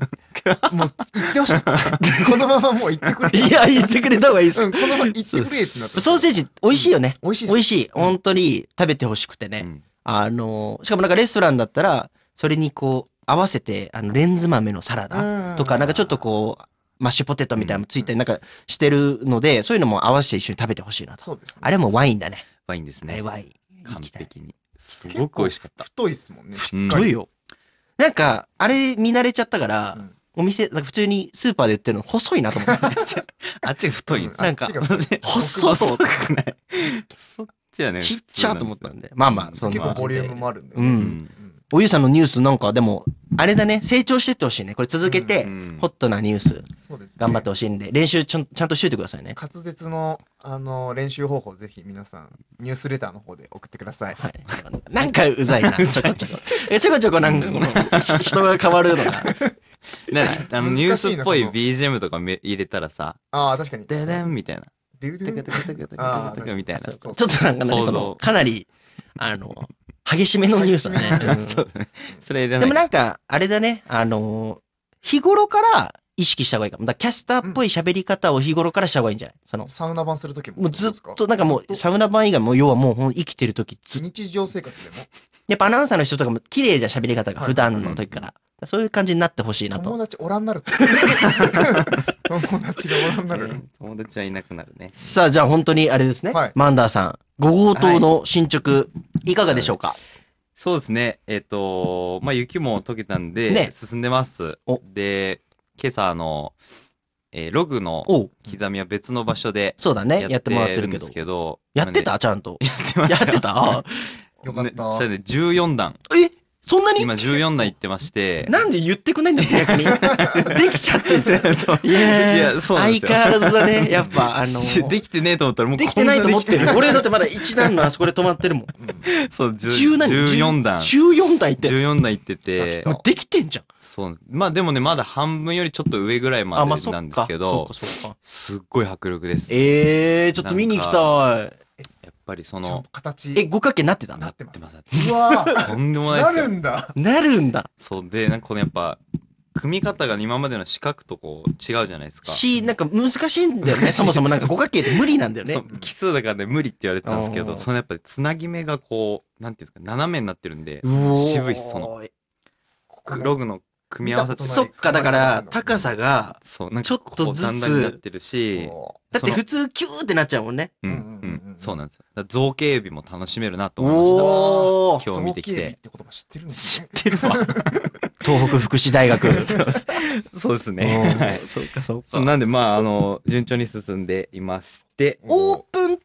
[SPEAKER 3] もう言ってほしかった。このままもう言ってくれ。
[SPEAKER 2] いや、言ってくれた方がいいです。
[SPEAKER 3] このまま言ってくれってなった。
[SPEAKER 2] ソーセージ美味しいよね。
[SPEAKER 3] 美味しい。
[SPEAKER 2] 美味しい。本当に食べてほしくてね。しかもなんかレストランだったら、それにこう、合わせて、レンズ豆のサラダとか、なんかちょっとこう、マッシュポテトみたいなのついたりなんかしてるので、そういうのも合わせて一緒に食べてほしいなと。
[SPEAKER 3] そうですね。
[SPEAKER 2] あれもワインだね。
[SPEAKER 1] ワインですね。
[SPEAKER 2] ワイン。
[SPEAKER 1] 完璧に。すごく美味しかった。
[SPEAKER 3] 太いっすもんね。
[SPEAKER 2] 太いよ。なんか、あれ見慣れちゃったから、お店、普通にスーパーで売ってるの細いなと思って。
[SPEAKER 1] あっちが太いんです。
[SPEAKER 2] なんか、細そうと思って。
[SPEAKER 1] そっちはね。
[SPEAKER 2] ちっちゃと思ったんで。まあ、
[SPEAKER 3] 結構ボリュームもあるんで。
[SPEAKER 2] おゆうさんのニュースなんかでも、あれだね、成長してってほしいね。これ続けて、ホットなニュース、頑張ってほしいんで、練習ちゃんとしといてくださいね。
[SPEAKER 3] 滑舌の、練習方法、ぜひ皆さん、ニュースレターの方で送ってください。
[SPEAKER 2] はい。なんかうざいな、ちょこちょこ。ちょこちょこなんかこの、人が変わるのが。
[SPEAKER 1] ニュースっぽい BGM とか入れたらさ、
[SPEAKER 3] 確かに。
[SPEAKER 1] ででんみたいな。
[SPEAKER 2] みたいな。ちょっとなんかね、かなり、激しめのニュースだね。
[SPEAKER 1] それで
[SPEAKER 2] もなんか、あれだね、日頃から意識した方がいいかも。だキャスターっぽい喋り方を日頃からした方がいいんじゃない？
[SPEAKER 3] サウナ版するときも。
[SPEAKER 2] もうずっと、なんかもう、サウナ版以外も、要はもう生きてるとき、
[SPEAKER 3] 日常生活でも。
[SPEAKER 2] やっぱアナウンサーの人とかも綺麗じゃん、喋り方が、普段の時から。そういう感じになってほしいなと。
[SPEAKER 3] 友達おらんなる。友達がおらんなる。
[SPEAKER 1] 友達はいなくなるね。
[SPEAKER 2] さあ、じゃあ本当にあれですね。マンダーさん、5号棟の進捗、いかがでしょうか？
[SPEAKER 1] そうですね。まあ、雪も溶けたんで、進んでます。で、今朝ログの刻みは別の場所で
[SPEAKER 2] そうだね、やってもらってるんですけど。やってたちゃんと。
[SPEAKER 1] やってました。
[SPEAKER 2] やってた
[SPEAKER 3] よかった。
[SPEAKER 1] それで14段。
[SPEAKER 2] そんなに
[SPEAKER 1] 今14段いってまして。
[SPEAKER 2] なんで言ってくんないんだって逆に。できちゃってんじゃん。い
[SPEAKER 1] や、そうなん
[SPEAKER 2] ですよ。相変わらずだね、やっぱ
[SPEAKER 1] できてねえと思ったらもう
[SPEAKER 2] できてないと思ってる。俺だってまだ1段のあそこで止まってるもん。
[SPEAKER 1] そう、14段。
[SPEAKER 2] 14段いってる。
[SPEAKER 1] 14段いってて。
[SPEAKER 2] できてんじゃん。
[SPEAKER 1] そう。まあでもね、まだ半分よりちょっと上ぐらいまでなんですけど、すっごい迫力です。
[SPEAKER 2] ちょっと見に行きたい。
[SPEAKER 1] やっぱりその、
[SPEAKER 2] 五角形になってた？
[SPEAKER 3] なってます。
[SPEAKER 2] うわ
[SPEAKER 1] とんでもないですよ。
[SPEAKER 2] なるんだ。
[SPEAKER 1] そうで、なんかこのやっぱ、組み方が今までの四角とこう違うじゃないですか。
[SPEAKER 2] なんか難しいんだよね。そもそもなんか五角形って無理なんだよね。
[SPEAKER 1] 奇数だからね、無理って言われてたんですけど、そのやっぱりつなぎ目がこう、なんていうんですか、斜めになってるんで、渋いっす、その。ログの組み合わせと
[SPEAKER 2] そっか、だから高さが、ちょっとずつ。
[SPEAKER 1] なってるし、
[SPEAKER 2] だって普通キューってなっちゃうもんね。
[SPEAKER 1] そうなんですよ。造形美も楽しめるなと思いました。今日見てきて。
[SPEAKER 2] 知ってるわ。東北福祉大学。
[SPEAKER 1] そうですね。
[SPEAKER 2] そうか、そうか。
[SPEAKER 1] なんで、まあ、順調に進んでいまして。
[SPEAKER 2] オープンって、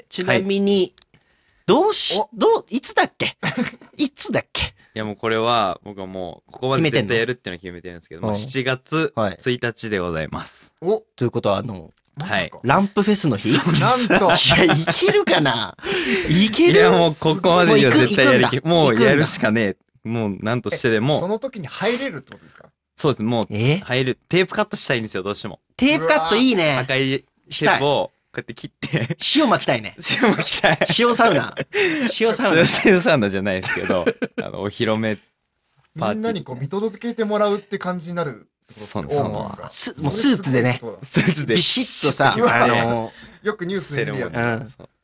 [SPEAKER 2] ちなみに、いつだっけいつだっけ
[SPEAKER 1] いやもうこれは、僕はもう、ここまで絶対やるっていうのを決めてるんですけど、7月1日でございます。
[SPEAKER 2] ということは、
[SPEAKER 1] はい。
[SPEAKER 2] ランプフェスの日
[SPEAKER 3] なんと
[SPEAKER 2] いや、いけるかないける？
[SPEAKER 1] いや、もうここまでには絶対やるもうやるしかねえ。もうなんとしてでも。
[SPEAKER 3] その時に入れるってことですか？
[SPEAKER 1] そうです。もう、入る。テープカットしたいんですよ、どうしても。
[SPEAKER 2] テープカットいいね。
[SPEAKER 1] 赤いテープを、こうやって切って。
[SPEAKER 2] 塩巻きたいね。
[SPEAKER 1] 塩巻きたい。
[SPEAKER 2] 塩サウナ。塩サウナ。
[SPEAKER 1] 塩サウナじゃないですけど、お披露目
[SPEAKER 3] パーティー。みんなにこう見届けてもらうって感じになる。
[SPEAKER 1] そうです。
[SPEAKER 2] もうスーツでね。
[SPEAKER 1] スーツで。
[SPEAKER 2] ビシッとさ、
[SPEAKER 3] よくニュースで見るやつ。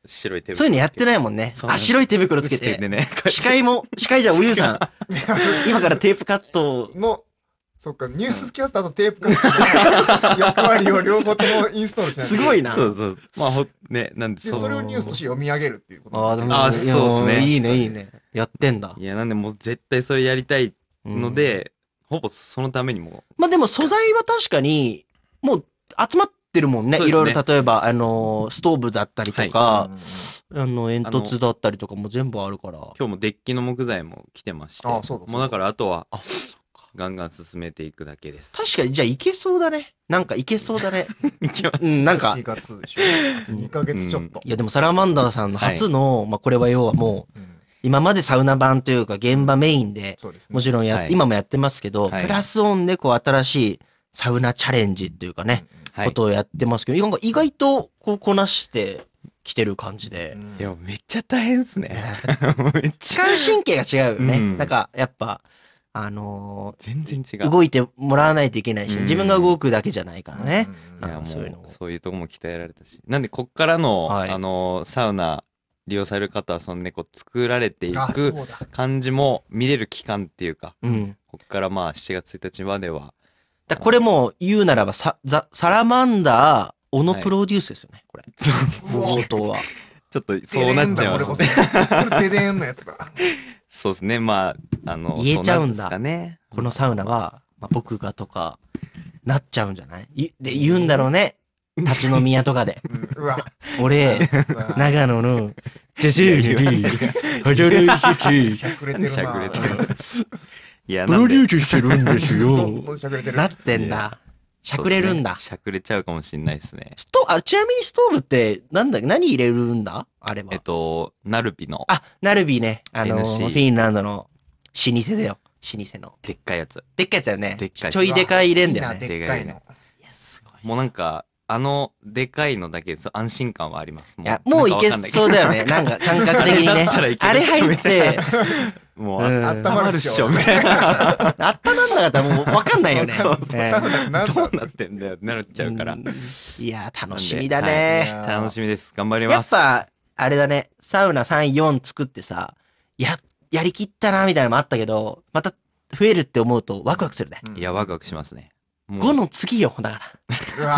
[SPEAKER 1] 白い手袋。
[SPEAKER 2] そういうのやってないもんね。あ、白い手袋つけて。司会じゃん、おゆうさん。今からテープカット
[SPEAKER 3] の、そっか、ニュースキャスターとテープカットの役割を両方ともインストールしないと。
[SPEAKER 2] すごいな。
[SPEAKER 1] そうそう。まあ、ね、なんで
[SPEAKER 3] それをニュースとして読み上げるっていうこと。
[SPEAKER 2] あ、そうですね。いいね、いいね。やってんだ。
[SPEAKER 1] いや、なんでもう絶対それやりたいので、ほぼそのためにも。
[SPEAKER 2] まあでも素材は確かに、もう集まってるもんね。いろいろ、例えば、ストーブだったりとか、煙突だったりとかも全部あるから。
[SPEAKER 1] 今日もデッキの木材も来てまして。もうだからあとは、ガンガン進めていくだけです。
[SPEAKER 2] 確かに、じゃあいけそうだね。なんかいけそうだね。
[SPEAKER 1] いけます。
[SPEAKER 2] なんか。
[SPEAKER 3] 1月でしょ。2ヶ月ちょっと。
[SPEAKER 2] いやでもサラマンダーさんの初の、まあこれは要はもう、今までサウナ版というか現場メインで、もちろん今もやってますけど、プラスオンでこう新しいサウナチャレンジっていうかね、ことをやってますけど、意外とこうこなしてきてる感じで。
[SPEAKER 1] いや、めっちゃ大変っすね。
[SPEAKER 2] 使う神経が違うよね。なんかやっぱ、
[SPEAKER 1] 全然違う。
[SPEAKER 2] 動いてもらわないといけないし、自分が動くだけじゃないからね。
[SPEAKER 1] そういうとこも鍛えられたし。なんで、こっからの、サウナ利用される方は、そのね、こう、作られていく感じも見れる期間っていうか、こっからまあ、7月1日までは。
[SPEAKER 2] これも言うならば、サラマンダー、小野プロデュースですよね、これ。冒頭は。
[SPEAKER 1] ちょっと、そうなっちゃいますね。
[SPEAKER 3] これ、デデンのやつだ。
[SPEAKER 1] そうですね、まあ、
[SPEAKER 2] 言えちゃうんだ。このサウナは、僕がとか、なっちゃうんじゃないで、言うんだろうね。立ち飲み屋とかで。俺、長野の、ジェジューリー、ホジョルーシ
[SPEAKER 3] しゃくれてるな。
[SPEAKER 1] しゃくれてる。いや、
[SPEAKER 2] プロデュースしてるんですよ。なってんだ。しゃくれるんだ。
[SPEAKER 1] しゃくれちゃうかもしんないですね。
[SPEAKER 2] ちなみにストーブって、何入れるんだあれは。
[SPEAKER 1] ナルビの。
[SPEAKER 2] ナルビね。フィンランドの老舗だよ。老舗の。
[SPEAKER 1] でっかいやつ。
[SPEAKER 2] でっかいやつだよね。
[SPEAKER 1] でっかい。
[SPEAKER 2] ちょいでかい入れんだよね。
[SPEAKER 3] でっかいの。い
[SPEAKER 2] や、すごい。
[SPEAKER 1] もうなんか、でかいのだけ安心感はあります。
[SPEAKER 2] いや、もういけそうだよね。なんか感覚的にね。あれ入って、
[SPEAKER 1] もう、温まるっしょ、みたいな。
[SPEAKER 2] 温まんなかったらもう分かんないよね。
[SPEAKER 1] そう。どうなってんだよってなっちゃうから。
[SPEAKER 2] いや、楽しみだね。
[SPEAKER 1] 楽しみです。頑張ります。
[SPEAKER 2] やっぱ、あれだね、サウナ3、4作ってさ、やりきったな、みたいなのもあったけど、また増えるって思うとワクワクするね。
[SPEAKER 1] いや、ワクワクしますね。
[SPEAKER 2] 5の次よ、だから。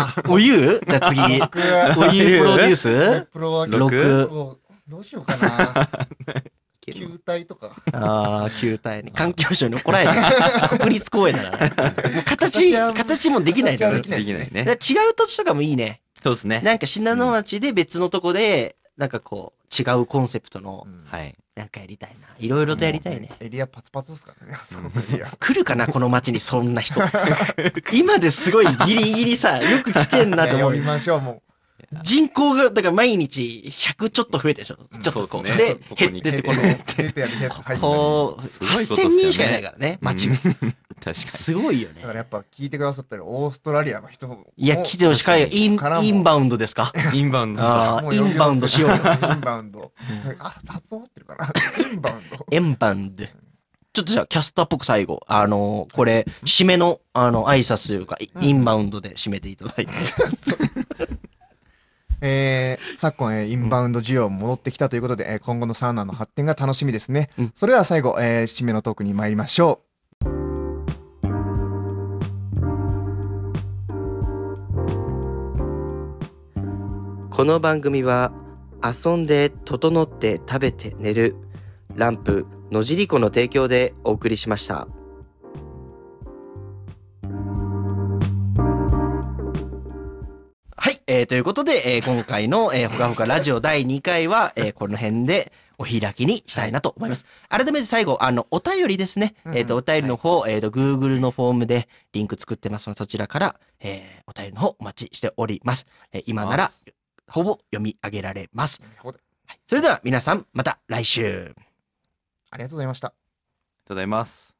[SPEAKER 2] お湯じゃあ次。お湯プロデュース ?6。
[SPEAKER 3] どうしようかな。球体とか。
[SPEAKER 2] 球体ね。環境省に怒られた。国立公園だから。もう形もできないじゃん。
[SPEAKER 1] できないね。
[SPEAKER 2] 違う土地とかもいいね。
[SPEAKER 1] そうですね。
[SPEAKER 2] なんか信濃町で別のとこで、なんかこう、違うコンセプトの、なんかやりたいな。いろいろとやりたいね。
[SPEAKER 3] エリアパツパツですからね。
[SPEAKER 2] 来るかな、この町にそんな人。今ですごいギリギリさ、よく来てんなと思う。
[SPEAKER 3] 読みましょう、もう。
[SPEAKER 2] 人口が、だから毎日100ちょっと増えてでしょ。ちょっとこう。で、減ってってこの、こう、8000人しかいないからね、町が。
[SPEAKER 1] 確かに。
[SPEAKER 2] すごいよね。
[SPEAKER 3] だからやっぱ聞いてくださったら、オーストラリアの人も。
[SPEAKER 2] いや、来てほしい。インバウンドですか？
[SPEAKER 1] インバウンド。
[SPEAKER 2] インバウンドしようよ。
[SPEAKER 3] インバウンド。発音合ってるかな？インバウンド。
[SPEAKER 2] インバウンド。ちょっとじゃあ、キャスターっぽく最後、これ、締めの、挨拶というか、インバウンドで締めていただいて。
[SPEAKER 3] 昨今、インバウンド需要も戻ってきたということで、今後のサウナの発展が楽しみですね。それでは最後、締めのトークに参りましょう。
[SPEAKER 4] この番組は遊んで整って食べて寝るランプ野尻湖の提供でお送りしました。
[SPEAKER 2] はい、ということで、今回の、ほかほかラジオ第2回は、この辺でお開きにしたいなと思います。改めて最後、お便りですね。お便りの方、Google のフォームでリンク作ってますので、そちらから、お便りの方お待ちしております。今なら、ほぼ読み上げられます。はい、それでは皆さん、また来週。
[SPEAKER 3] ありがとうございました。
[SPEAKER 1] ありがとうございます。